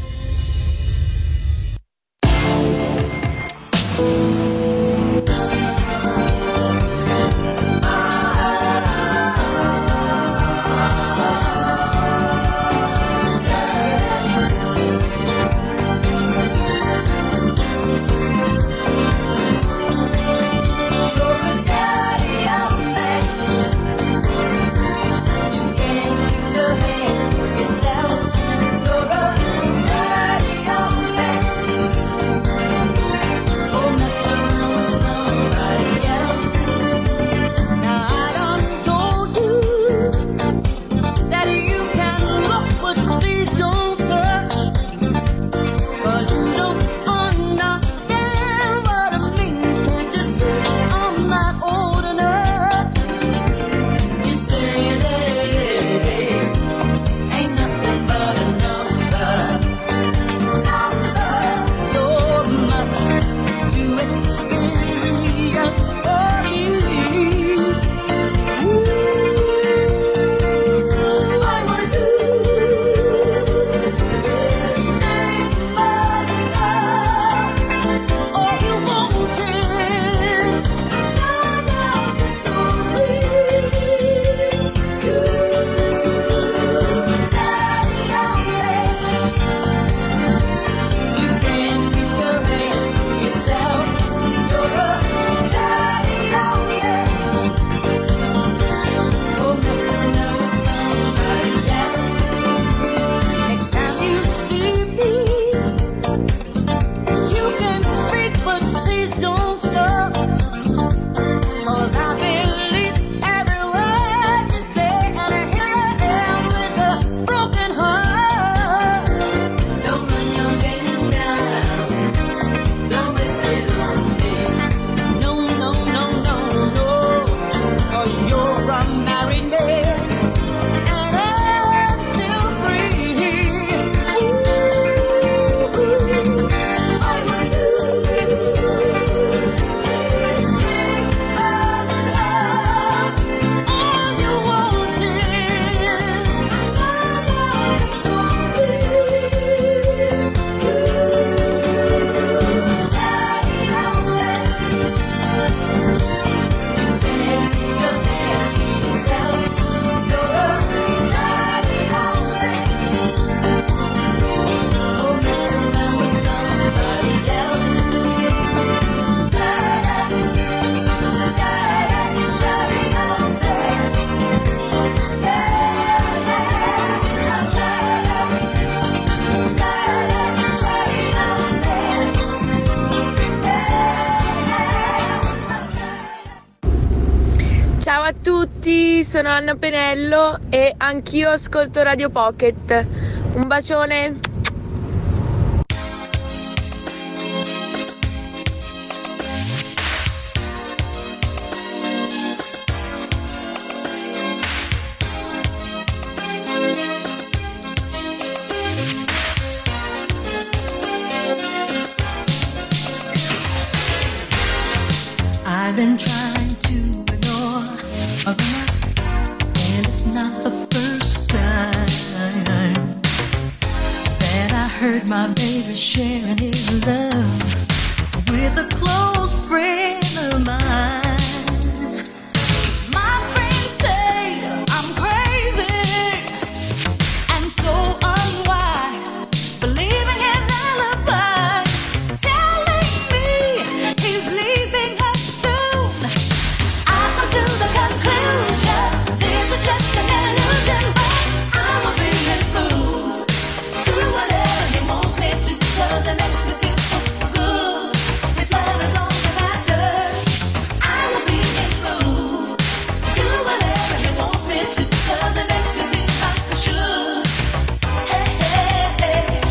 a tutti, sono Anna Penello e anch'io ascolto Radio Pocket. Un bacione. I've been trying to ignore a night, and it's not the first time that I heard my baby sharing his love with a close friend of mine. My friends say I'm crazy and so unwise, believing his alibi, telling me he's leaving her soon. I've come to the conclusion this is just an illusion, but I will be his fool. Do whatever he wants me to, 'cause it makes me feel so good. His love is all that matters. I will be his fool. Do whatever he wants me to, 'cause it makes me feel like I should. Hey, hey, hey.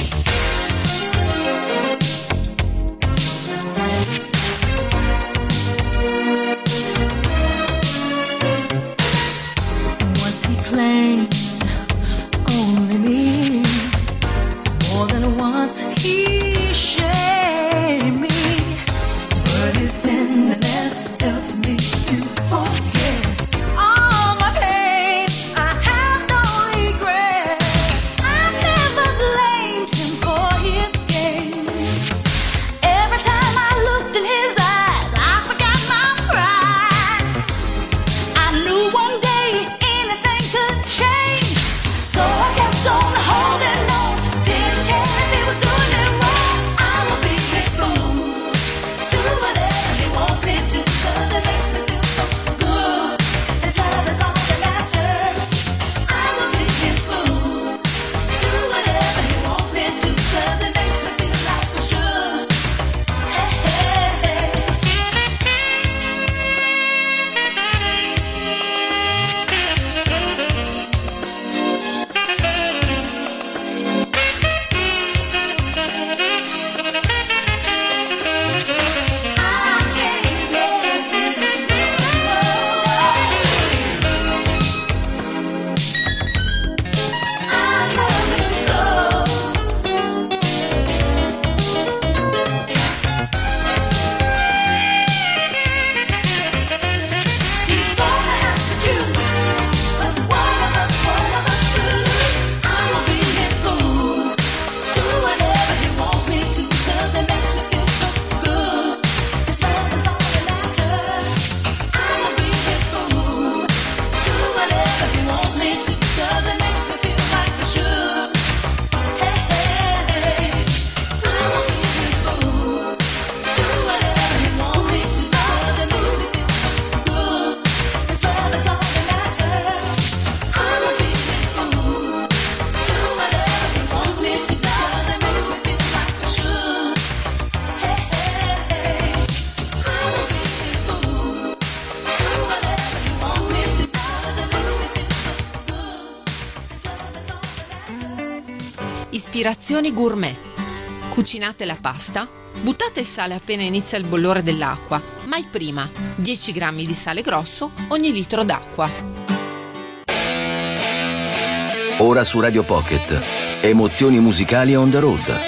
Once he claimed only me, more than once he shamed me, but his tenderness helped me to forget all my pain. I have no regret. I never blamed him for his games. Every time I looked in his eyes, I forgot my pride. I knew one day anything could change, so I kept on holding on. Didn't care if he was doing it wrong. I will be his fool. Do whatever he wants me to, 'cause it makes me feel so good. His love is all that matters. I will be his fool. Do whatever he wants me to, 'cause it makes me feel like I should. Hey, hey, hey. Ispirazioni gourmet. Cucinate la pasta, buttate il sale appena inizia il bollore dell'acqua, mai prima. dieci grammi di sale grosso ogni litro d'acqua. Ora su Radio Pocket. Emozioni musicali on the road.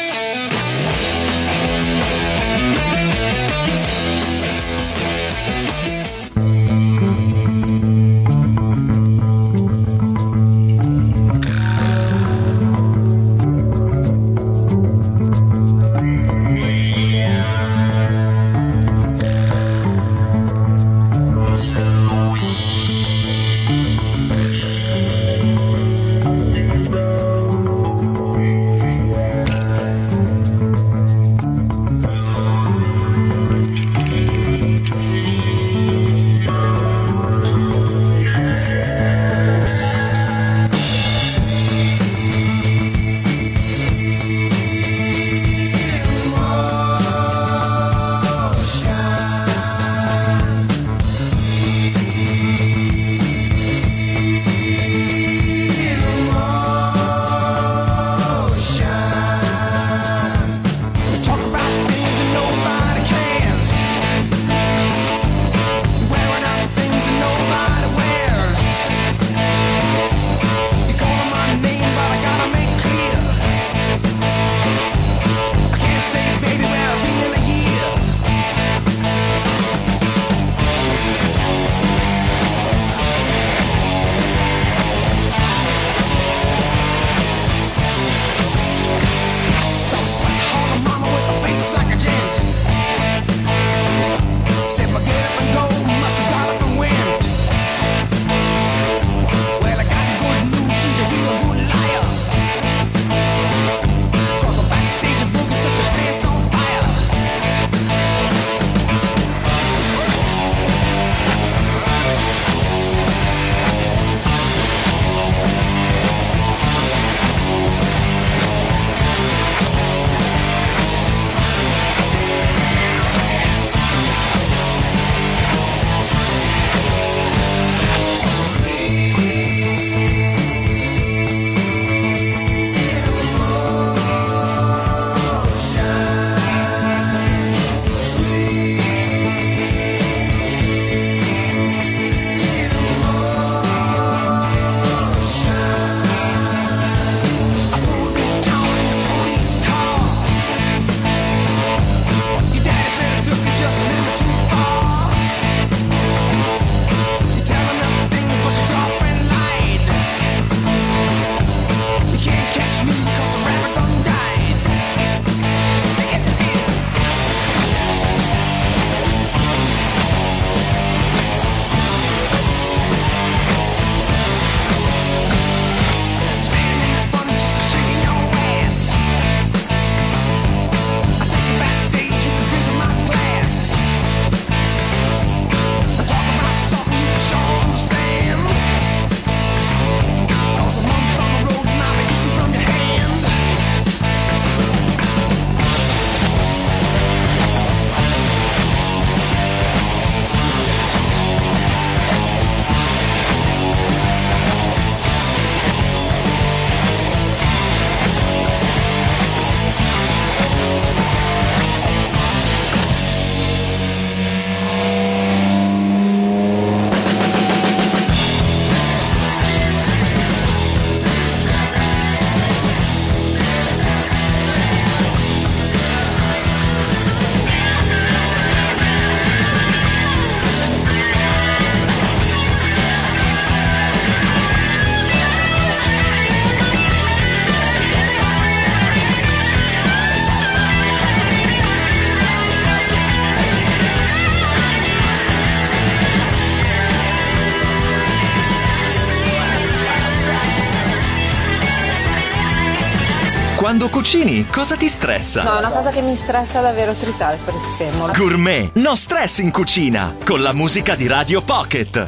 Quando cucini, cosa ti stressa? No, è una cosa che mi stressa davvero tritare il prezzemolo. Gourmet, no stress in cucina, con la musica di Radio Pocket.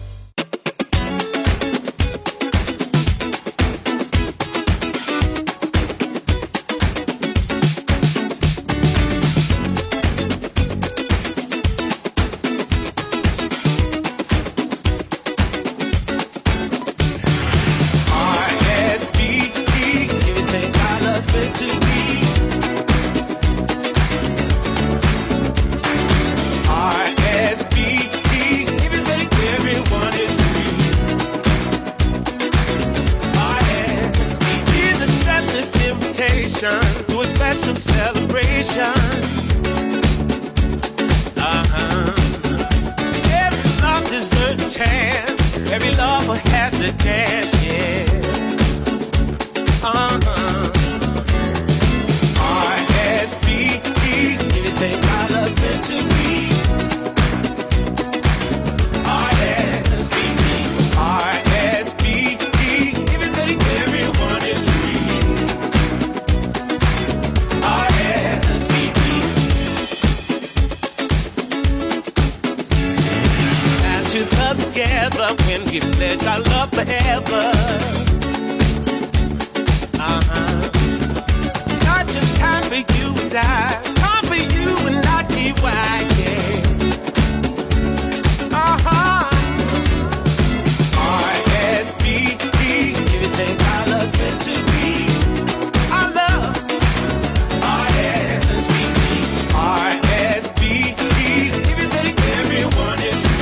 To a special celebration. Uh-huh. Every love deserves a chance. Every lover has to dance, yeah. Uh-huh. R S P E, anything our love's meant to be. R S P E, R S P E, everything, everyone is free. Together when we pledge our love forever. Uh-huh. Not just time for you and I, time for you and I, T Y, yeah. Uh-huh. R S P E, everything our love's meant to be. Our love. R S P E, R S P E, everything, everyone is free.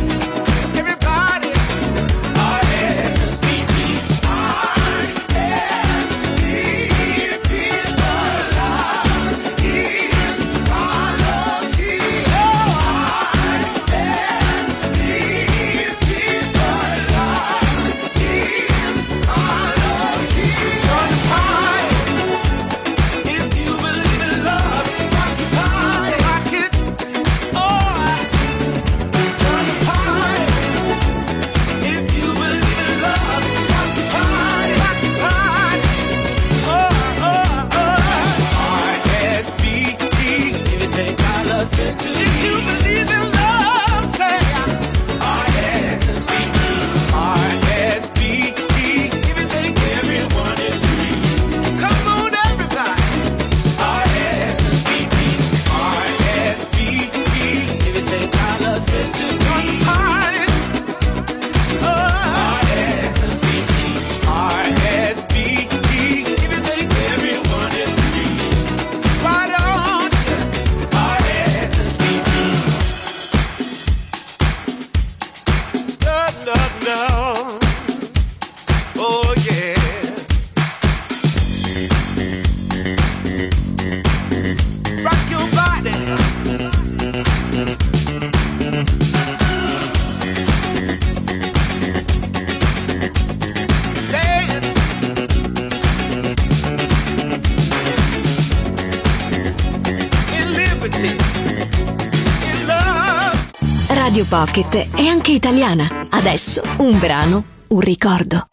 Radio Pocket è anche italiana. Adesso un brano, un ricordo.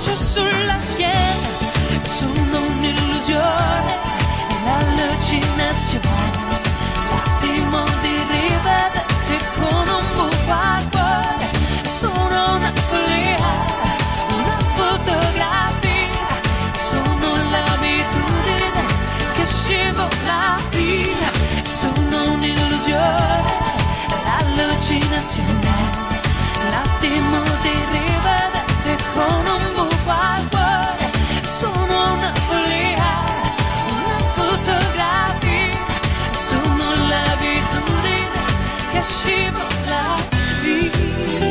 bacio sulla schiena, sono un'illusione e l'allucinazione, l'attimo di rivederti con un buco al cuore, sono una follia, una fotografia, sono l'abitudine che scivola via, sono un'illusione, l'allucinazione, l'attimo di rivederti con un buco al cuore, sono una follia, una fotografia, sono l'abitudine che scivola via.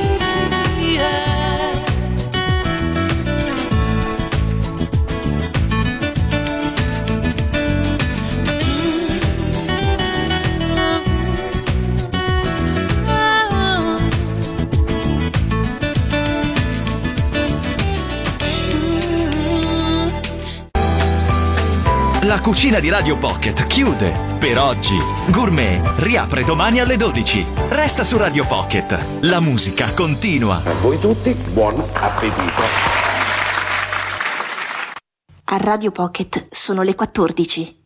La cucina di Radio Pocket chiude per oggi. Gourmet riapre domani alle dodici. Resta su Radio Pocket. La musica continua. A voi tutti, buon appetito. A Radio Pocket sono le quattordici.